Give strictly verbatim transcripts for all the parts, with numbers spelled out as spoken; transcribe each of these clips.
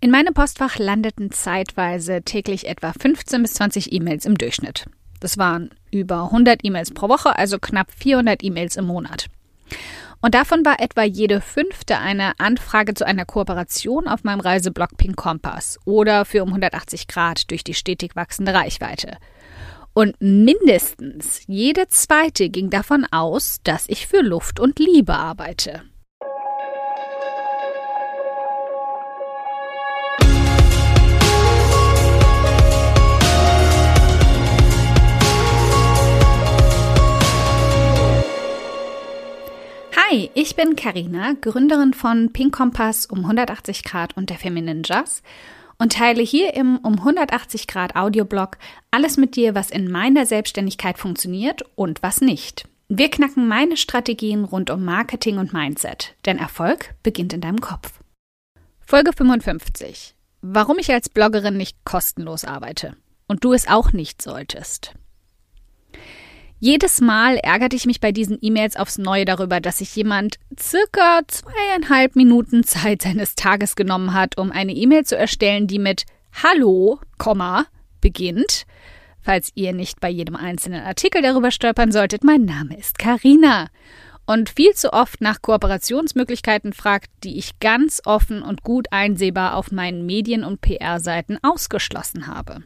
In meinem Postfach landeten zeitweise täglich etwa fünfzehn bis zwanzig E-Mails im Durchschnitt. Das waren über hundert E-Mails pro Woche, also knapp vierhundert E-Mails im Monat. Und davon war etwa jede fünfte eine Anfrage zu einer Kooperation auf meinem Reiseblog Pink Kompass oder für um hundertachtzig Grad durch die stetig wachsende Reichweite. Und mindestens jede zweite ging davon aus, dass ich für Luft und Liebe arbeite. Hi, ich bin Carina, Gründerin von Pink Kompass um hundertachtzig Grad und der Feminine Jazz und teile hier im um hundertachtzig Grad Audioblog alles mit dir, was in meiner Selbstständigkeit funktioniert und was nicht. Wir knacken meine Strategien rund um Marketing und Mindset, denn Erfolg beginnt in deinem Kopf. Folge fünfundfünfzig. Warum ich als Bloggerin nicht kostenlos arbeite und du es auch nicht solltest. Jedes Mal ärgerte ich mich bei diesen E-Mails aufs Neue darüber, dass sich jemand circa zweieinhalb Minuten Zeit seines Tages genommen hat, um eine E-Mail zu erstellen, die mit Hallo, Komma, beginnt. Falls ihr nicht bei jedem einzelnen Artikel darüber stolpern solltet, mein Name ist Carina. Und viel zu oft nach Kooperationsmöglichkeiten fragt, die ich ganz offen und gut einsehbar auf meinen Medien- und P R-Seiten ausgeschlossen habe.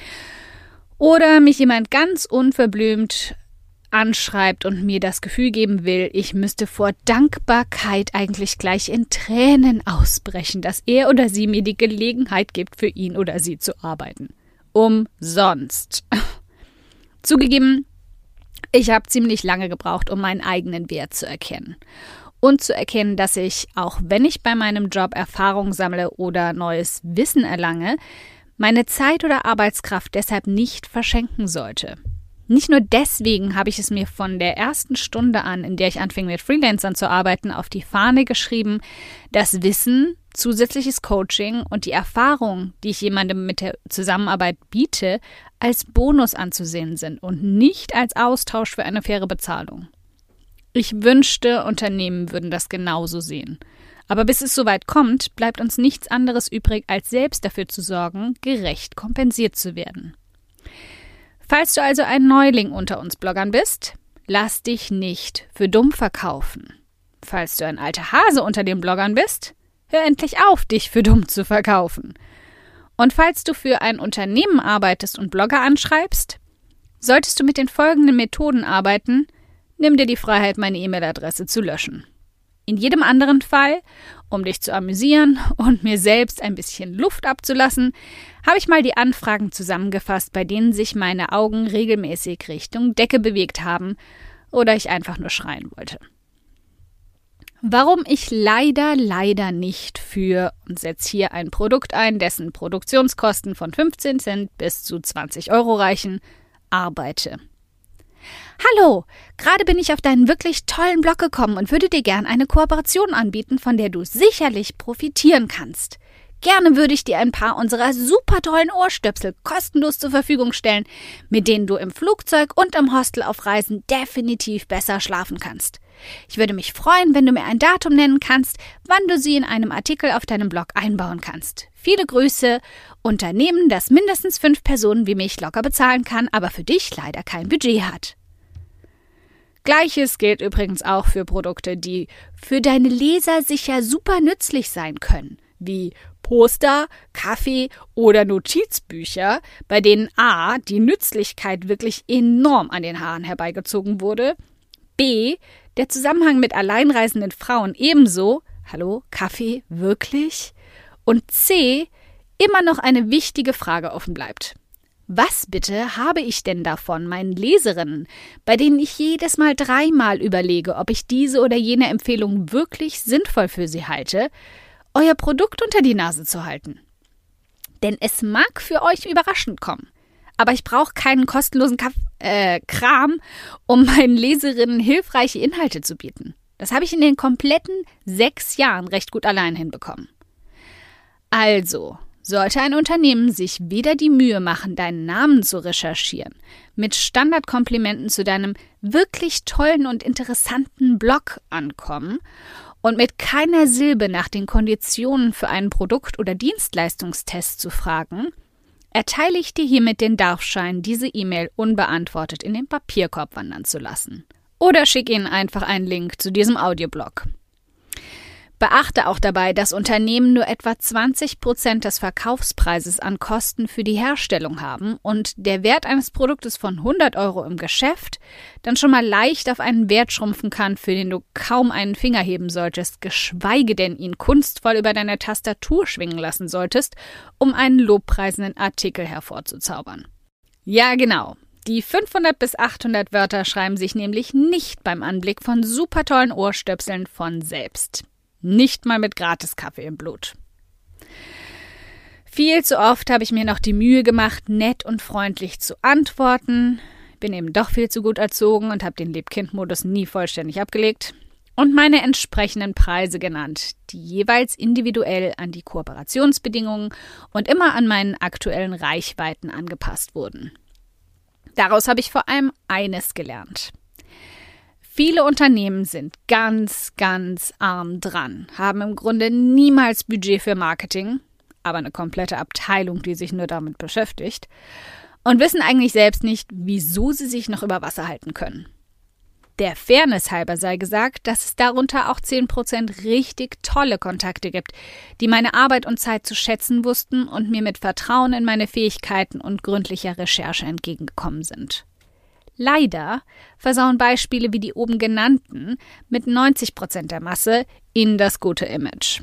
Oder mich jemand ganz unverblümt anschreibt und mir das Gefühl geben will, ich müsste vor Dankbarkeit eigentlich gleich in Tränen ausbrechen, dass er oder sie mir die Gelegenheit gibt, für ihn oder sie zu arbeiten. Umsonst. Zugegeben, ich habe ziemlich lange gebraucht, um meinen eigenen Wert zu erkennen. Und zu erkennen, dass ich, auch wenn ich bei meinem Job Erfahrung sammle oder neues Wissen erlange, meine Zeit oder Arbeitskraft deshalb nicht verschenken sollte. Nicht nur deswegen habe ich es mir von der ersten Stunde an, in der ich anfing mit Freelancern zu arbeiten, auf die Fahne geschrieben, dass Wissen, zusätzliches Coaching und die Erfahrung, die ich jemandem mit der Zusammenarbeit biete, als Bonus anzusehen sind und nicht als Austausch für eine faire Bezahlung. Ich wünschte, Unternehmen würden das genauso sehen. Aber bis es soweit kommt, bleibt uns nichts anderes übrig, als selbst dafür zu sorgen, gerecht kompensiert zu werden. Falls du also ein Neuling unter uns Bloggern bist, lass dich nicht für dumm verkaufen. Falls du ein alter Hase unter den Bloggern bist, hör endlich auf, dich für dumm zu verkaufen. Und falls du für ein Unternehmen arbeitest und Blogger anschreibst, solltest du mit den folgenden Methoden arbeiten, nimm dir die Freiheit, meine E-Mail-Adresse zu löschen. In jedem anderen Fall, um dich zu amüsieren und mir selbst ein bisschen Luft abzulassen, habe ich mal die Anfragen zusammengefasst, bei denen sich meine Augen regelmäßig Richtung Decke bewegt haben oder ich einfach nur schreien wollte. Warum ich leider, leider nicht für, und setze hier ein Produkt ein, dessen Produktionskosten von fünfzehn Cent bis zu zwanzig Euro reichen, arbeite. Hallo, gerade bin ich auf deinen wirklich tollen Blog gekommen und würde dir gern eine Kooperation anbieten, von der du sicherlich profitieren kannst. Gerne würde ich dir ein paar unserer super tollen Ohrstöpsel kostenlos zur Verfügung stellen, mit denen du im Flugzeug und im Hostel auf Reisen definitiv besser schlafen kannst. Ich würde mich freuen, wenn du mir ein Datum nennen kannst, wann du sie in einem Artikel auf deinem Blog einbauen kannst. Viele Grüße, Unternehmen, das mindestens fünf Personen wie mich locker bezahlen kann, aber für dich leider kein Budget hat. Gleiches gilt übrigens auch für Produkte, die für deine Leser sicher super nützlich sein können, wie Poster, Kaffee oder Notizbücher, bei denen a. die Nützlichkeit wirklich enorm an den Haaren herbeigezogen wurde, b. der Zusammenhang mit alleinreisenden Frauen ebenso, hallo, Kaffee, wirklich? Und c. immer noch eine wichtige Frage offen bleibt. Was bitte habe ich denn davon, meinen Leserinnen, bei denen ich jedes Mal dreimal überlege, ob ich diese oder jene Empfehlung wirklich sinnvoll für sie halte, euer Produkt unter die Nase zu halten? Denn es mag für euch überraschend kommen, aber ich brauche keinen kostenlosen Kaff- äh, Kram, um meinen Leserinnen hilfreiche Inhalte zu bieten. Das habe ich in den kompletten sechs Jahren recht gut allein hinbekommen. Also sollte ein Unternehmen sich weder die Mühe machen, deinen Namen zu recherchieren, mit Standardkomplimenten zu deinem wirklich tollen und interessanten Blog ankommen und mit keiner Silbe nach den Konditionen für einen Produkt- oder Dienstleistungstest zu fragen, erteile ich dir hiermit den Darfschein, diese E-Mail unbeantwortet in den Papierkorb wandern zu lassen. Oder schick ihnen einfach einen Link zu diesem Audioblog. Beachte auch dabei, dass Unternehmen nur etwa zwanzig Prozent des Verkaufspreises an Kosten für die Herstellung haben und der Wert eines Produktes von hundert Euro im Geschäft dann schon mal leicht auf einen Wert schrumpfen kann, für den du kaum einen Finger heben solltest, geschweige denn ihn kunstvoll über deine Tastatur schwingen lassen solltest, um einen lobpreisenden Artikel hervorzuzaubern. Ja, genau. Die fünfhundert bis achthundert Wörter schreiben sich nämlich nicht beim Anblick von super tollen Ohrstöpseln von selbst. Nicht mal mit Gratiskaffee im Blut. Viel zu oft habe ich mir noch die Mühe gemacht, nett und freundlich zu antworten, bin eben doch viel zu gut erzogen und habe den Lebkind-Modus nie vollständig abgelegt und meine entsprechenden Preise genannt, die jeweils individuell an die Kooperationsbedingungen und immer an meinen aktuellen Reichweiten angepasst wurden. Daraus habe ich vor allem eines gelernt. Viele Unternehmen sind ganz, ganz arm dran, haben im Grunde niemals Budget für Marketing, aber eine komplette Abteilung, die sich nur damit beschäftigt, und wissen eigentlich selbst nicht, wieso sie sich noch über Wasser halten können. Der Fairness halber sei gesagt, dass es darunter auch zehn Prozent richtig tolle Kontakte gibt, die meine Arbeit und Zeit zu schätzen wussten und mir mit Vertrauen in meine Fähigkeiten und gründlicher Recherche entgegengekommen sind. Leider versauen Beispiele wie die oben genannten mit neunzig Prozent der Masse ihnen das gute Image.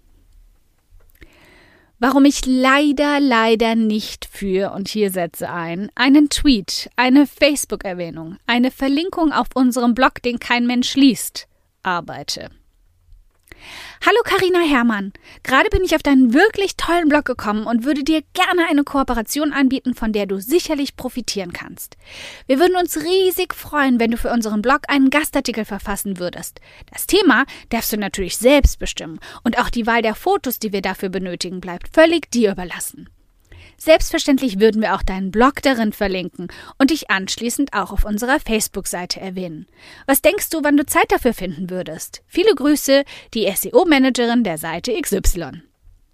Warum ich leider, leider nicht für, und hier setze ein, einen Tweet, eine Facebook-Erwähnung, eine Verlinkung auf unserem Blog, den kein Mensch liest, arbeite. Hallo Carina Herrmann, gerade bin ich auf deinen wirklich tollen Blog gekommen und würde dir gerne eine Kooperation anbieten, von der du sicherlich profitieren kannst. Wir würden uns riesig freuen, wenn du für unseren Blog einen Gastartikel verfassen würdest. Das Thema darfst du natürlich selbst bestimmen und auch die Wahl der Fotos, die wir dafür benötigen, bleibt völlig dir überlassen. Selbstverständlich würden wir auch deinen Blog darin verlinken und dich anschließend auch auf unserer Facebook-Seite erwähnen. Was denkst du, wann du Zeit dafür finden würdest? Viele Grüße, die S E O-Managerin der Seite X Y.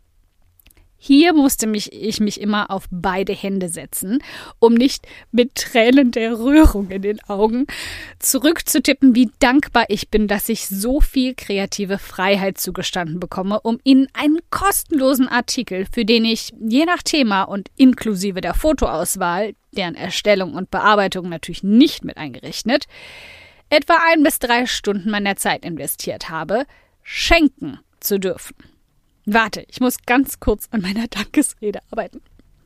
Hier musste mich, ich mich immer auf beide Hände setzen, um nicht mit Tränen der Rührung in den Augen zurückzutippen, wie dankbar ich bin, dass ich so viel kreative Freiheit zugestanden bekomme, um Ihnen einen kostenlosen Artikel, für den ich je nach Thema und inklusive der Fotoauswahl, deren Erstellung und Bearbeitung natürlich nicht mit eingerechnet, etwa ein bis drei Stunden meiner Zeit investiert habe, schenken zu dürfen. Warte, ich muss ganz kurz an meiner Dankesrede arbeiten.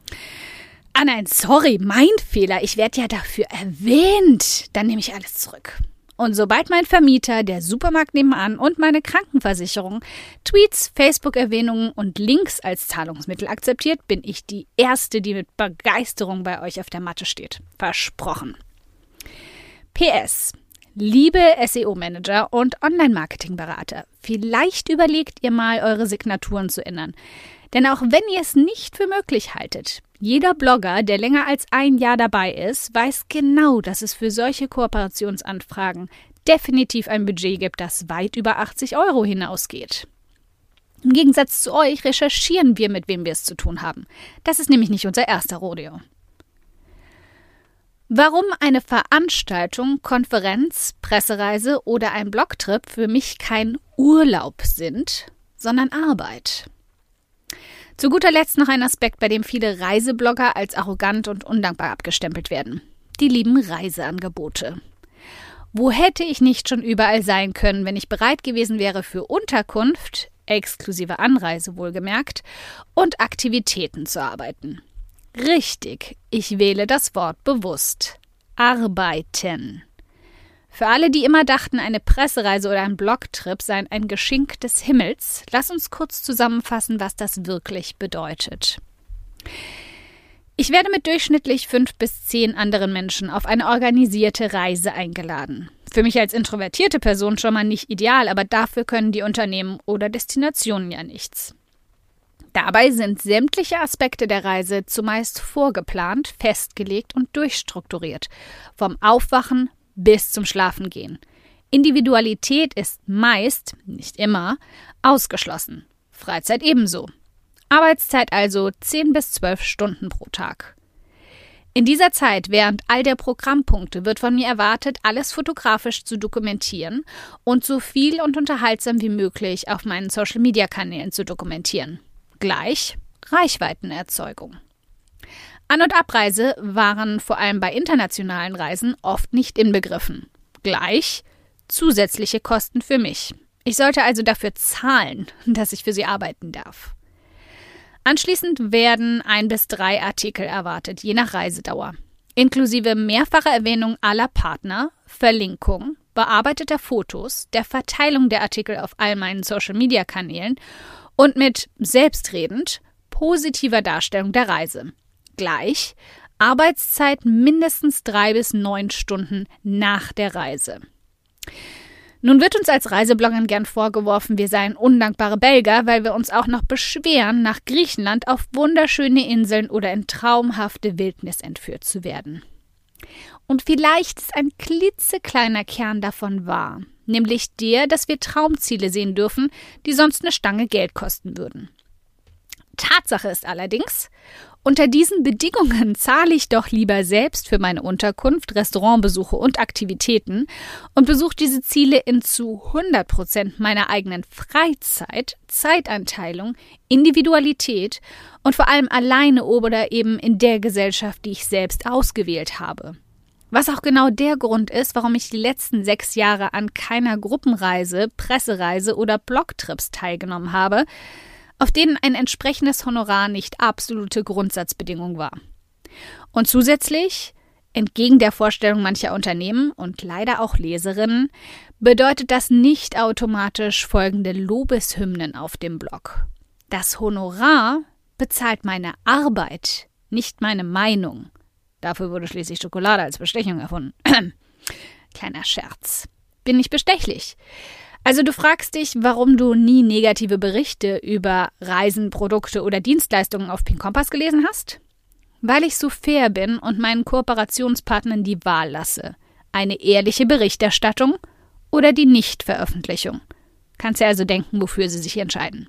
Ah nein, sorry, mein Fehler. Ich werde ja dafür erwähnt. Dann nehme ich alles zurück. Und sobald mein Vermieter, der Supermarkt nebenan und meine Krankenversicherung Tweets, Facebook-Erwähnungen und Links als Zahlungsmittel akzeptiert, bin ich die Erste, die mit Begeisterung bei euch auf der Matte steht. Versprochen. P S Liebe S E O-Manager und Online-Marketing-Berater, vielleicht überlegt ihr mal, eure Signaturen zu ändern. Denn auch wenn ihr es nicht für möglich haltet, jeder Blogger, der länger als ein Jahr dabei ist, weiß genau, dass es für solche Kooperationsanfragen definitiv ein Budget gibt, das weit über achtzig Euro hinausgeht. Im Gegensatz zu euch recherchieren wir, mit wem wir es zu tun haben. Das ist nämlich nicht unser erster Rodeo. Warum eine Veranstaltung, Konferenz, Pressereise oder ein Blogtrip für mich kein Urlaub sind, sondern Arbeit. Zu guter Letzt noch ein Aspekt, bei dem viele Reiseblogger als arrogant und undankbar abgestempelt werden. Die lieben Reiseangebote. Wo hätte ich nicht schon überall sein können, wenn ich bereit gewesen wäre für Unterkunft, exklusive Anreise wohlgemerkt, und Aktivitäten zu arbeiten. Richtig, ich wähle das Wort bewusst. Arbeiten. Für alle, die immer dachten, eine Pressereise oder ein Blogtrip seien ein Geschenk des Himmels, lass uns kurz zusammenfassen, was das wirklich bedeutet. Ich werde mit durchschnittlich fünf bis zehn anderen Menschen auf eine organisierte Reise eingeladen. Für mich als introvertierte Person schon mal nicht ideal, aber dafür können die Unternehmen oder Destinationen ja nichts. Dabei sind sämtliche Aspekte der Reise zumeist vorgeplant, festgelegt und durchstrukturiert, vom Aufwachen bis zum Schlafengehen. Individualität ist meist, nicht immer, ausgeschlossen. Freizeit ebenso. Arbeitszeit also zehn bis zwölf Stunden pro Tag. In dieser Zeit, während all der Programmpunkte, wird von mir erwartet, alles fotografisch zu dokumentieren und so viel und unterhaltsam wie möglich auf meinen Social-Media-Kanälen zu dokumentieren. Gleich Reichweitenerzeugung. An- und Abreise waren vor allem bei internationalen Reisen oft nicht inbegriffen. Gleich zusätzliche Kosten für mich. Ich sollte also dafür zahlen, dass ich für sie arbeiten darf. Anschließend werden ein bis drei Artikel erwartet, je nach Reisedauer, inklusive mehrfacher Erwähnung aller Partner, Verlinkung, bearbeiteter Fotos, der Verteilung der Artikel auf all meinen Social-Media-Kanälen und mit selbstredend positiver Darstellung der Reise. Gleich Arbeitszeit mindestens drei bis neun Stunden nach der Reise. Nun wird uns als Reisebloggern gern vorgeworfen, wir seien undankbare Belger, weil wir uns auch noch beschweren, nach Griechenland auf wunderschöne Inseln oder in traumhafte Wildnis entführt zu werden. Und vielleicht ist ein klitzekleiner Kern davon wahr, nämlich der, dass wir Traumziele sehen dürfen, die sonst eine Stange Geld kosten würden. Tatsache ist allerdings, unter diesen Bedingungen zahle ich doch lieber selbst für meine Unterkunft, Restaurantbesuche und Aktivitäten und besuche diese Ziele in zu hundert Prozent meiner eigenen Freizeit, Zeiteinteilung, Individualität und vor allem alleine oder eben in der Gesellschaft, die ich selbst ausgewählt habe. Was auch genau der Grund ist, warum ich die letzten sechs Jahre an keiner Gruppenreise, Pressereise oder Blogtrips teilgenommen habe, auf denen ein entsprechendes Honorar nicht absolute Grundsatzbedingung war. Und zusätzlich, entgegen der Vorstellung mancher Unternehmen und leider auch Leserinnen, bedeutet das nicht automatisch folgende Lobeshymnen auf dem Blog. Das Honorar bezahlt meine Arbeit, nicht meine Meinung. Dafür wurde schließlich Schokolade als Bestechung erfunden. Kleiner Scherz. Bin nicht bestechlich. Also du fragst dich, warum du nie negative Berichte über Reisen, Produkte oder Dienstleistungen auf Pink Kompass gelesen hast? Weil ich so fair bin und meinen Kooperationspartnern die Wahl lasse. Eine ehrliche Berichterstattung oder die Nichtveröffentlichung. Kannst dir also denken, wofür sie sich entscheiden.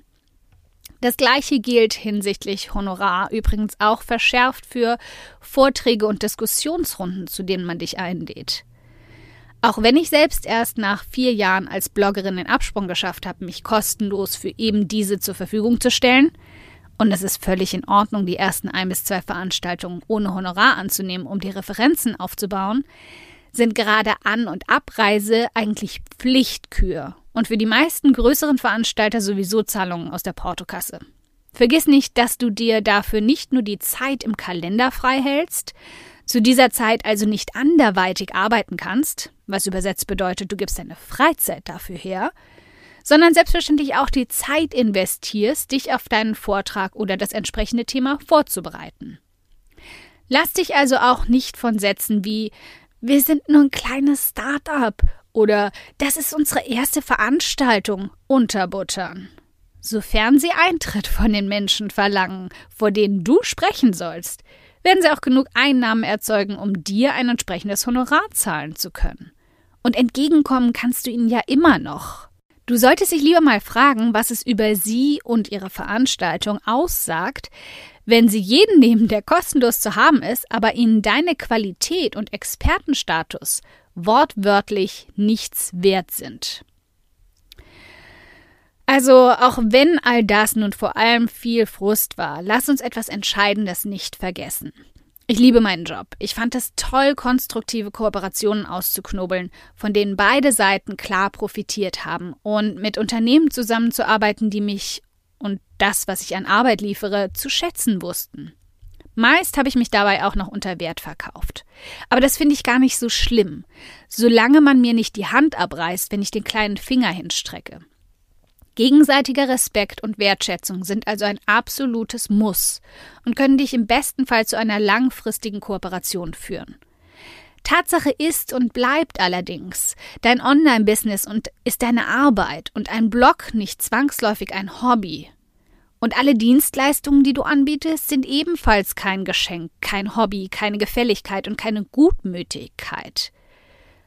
Das Gleiche gilt hinsichtlich Honorar, übrigens auch verschärft für Vorträge und Diskussionsrunden, zu denen man dich einlädt. Auch wenn ich selbst erst nach vier Jahren als Bloggerin den Absprung geschafft habe, mich kostenlos für eben diese zur Verfügung zu stellen, und es ist völlig in Ordnung, die ersten ein bis zwei Veranstaltungen ohne Honorar anzunehmen, um die Referenzen aufzubauen, sind gerade An- und Abreise eigentlich Pflichtkür und für die meisten größeren Veranstalter sowieso Zahlungen aus der Portokasse. Vergiss nicht, dass du dir dafür nicht nur die Zeit im Kalender frei hältst, zu dieser Zeit also nicht anderweitig arbeiten kannst, was übersetzt bedeutet, du gibst deine Freizeit dafür her, sondern selbstverständlich auch die Zeit investierst, dich auf deinen Vortrag oder das entsprechende Thema vorzubereiten. Lass dich also auch nicht von Sätzen wie „Wir sind nur ein kleines Start-up" oder „Das ist unsere erste Veranstaltung" unterbuttern. Sofern sie Eintritt von den Menschen verlangen, vor denen du sprechen sollst, werden sie auch genug Einnahmen erzeugen, um dir ein entsprechendes Honorar zahlen zu können. Und entgegenkommen kannst du ihnen ja immer noch. Du solltest dich lieber mal fragen, was es über sie und ihre Veranstaltung aussagt, wenn sie jeden nehmen, der kostenlos zu haben ist, aber ihnen deine Qualität und Expertenstatus wortwörtlich nichts wert sind. Also, auch wenn all das nun vor allem viel Frust war, lass uns etwas Entscheidendes nicht vergessen. Ich liebe meinen Job. Ich fand es toll, konstruktive Kooperationen auszuknobeln, von denen beide Seiten klar profitiert haben und mit Unternehmen zusammenzuarbeiten, die mich und das, was ich an Arbeit liefere, zu schätzen wussten. Meist habe ich mich dabei auch noch unter Wert verkauft. Aber das finde ich gar nicht so schlimm, solange man mir nicht die Hand abreißt, wenn ich den kleinen Finger hinstrecke. Gegenseitiger Respekt und Wertschätzung sind also ein absolutes Muss und können dich im besten Fall zu einer langfristigen Kooperation führen. Tatsache ist und bleibt allerdings, dein Online-Business und ist deine Arbeit und ein Blog nicht zwangsläufig ein Hobby. Und alle Dienstleistungen, die du anbietest, sind ebenfalls kein Geschenk, kein Hobby, keine Gefälligkeit und keine Gutmütigkeit.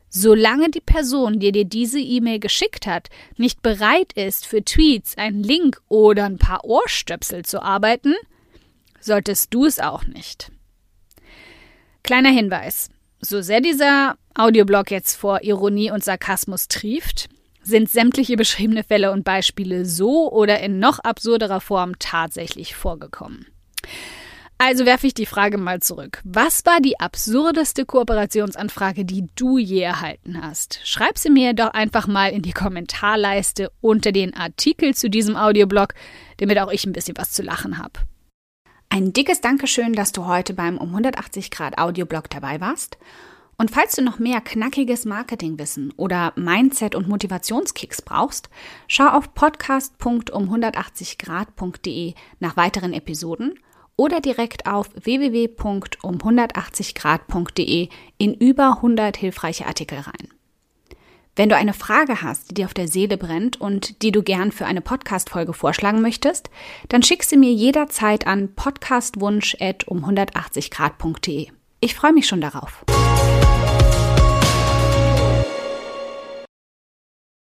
Solange die Person, die dir diese E-Mail geschickt hat, nicht bereit ist, für Tweets, einen Link oder ein paar Ohrstöpsel zu arbeiten, solltest du es auch nicht. Kleiner Hinweis: So sehr dieser Audioblog jetzt vor Ironie und Sarkasmus trieft, sind sämtliche beschriebene Fälle und Beispiele so oder in noch absurderer Form tatsächlich vorgekommen. Also werfe ich die Frage mal zurück. Was war die absurdeste Kooperationsanfrage, die du je erhalten hast? Schreib sie mir doch einfach mal in die Kommentarleiste unter den Artikel zu diesem Audioblog, damit auch ich ein bisschen was zu lachen habe. Ein dickes Dankeschön, dass du heute beim um hundertachtzig Grad Audioblog dabei warst. Und falls du noch mehr knackiges Marketingwissen oder Mindset- und Motivationskicks brauchst, schau auf podcast punkt um hundertachtzig grad punkt de nach weiteren Episoden oder direkt auf w w w punkt um hundertachtzig grad punkt de in über hundert hilfreiche Artikel rein. Wenn du eine Frage hast, die dir auf der Seele brennt und die du gern für eine Podcast-Folge vorschlagen möchtest, dann schick sie mir jederzeit an podcastwunsch at um hundertachtzig grad punkt de. Ich freue mich schon darauf.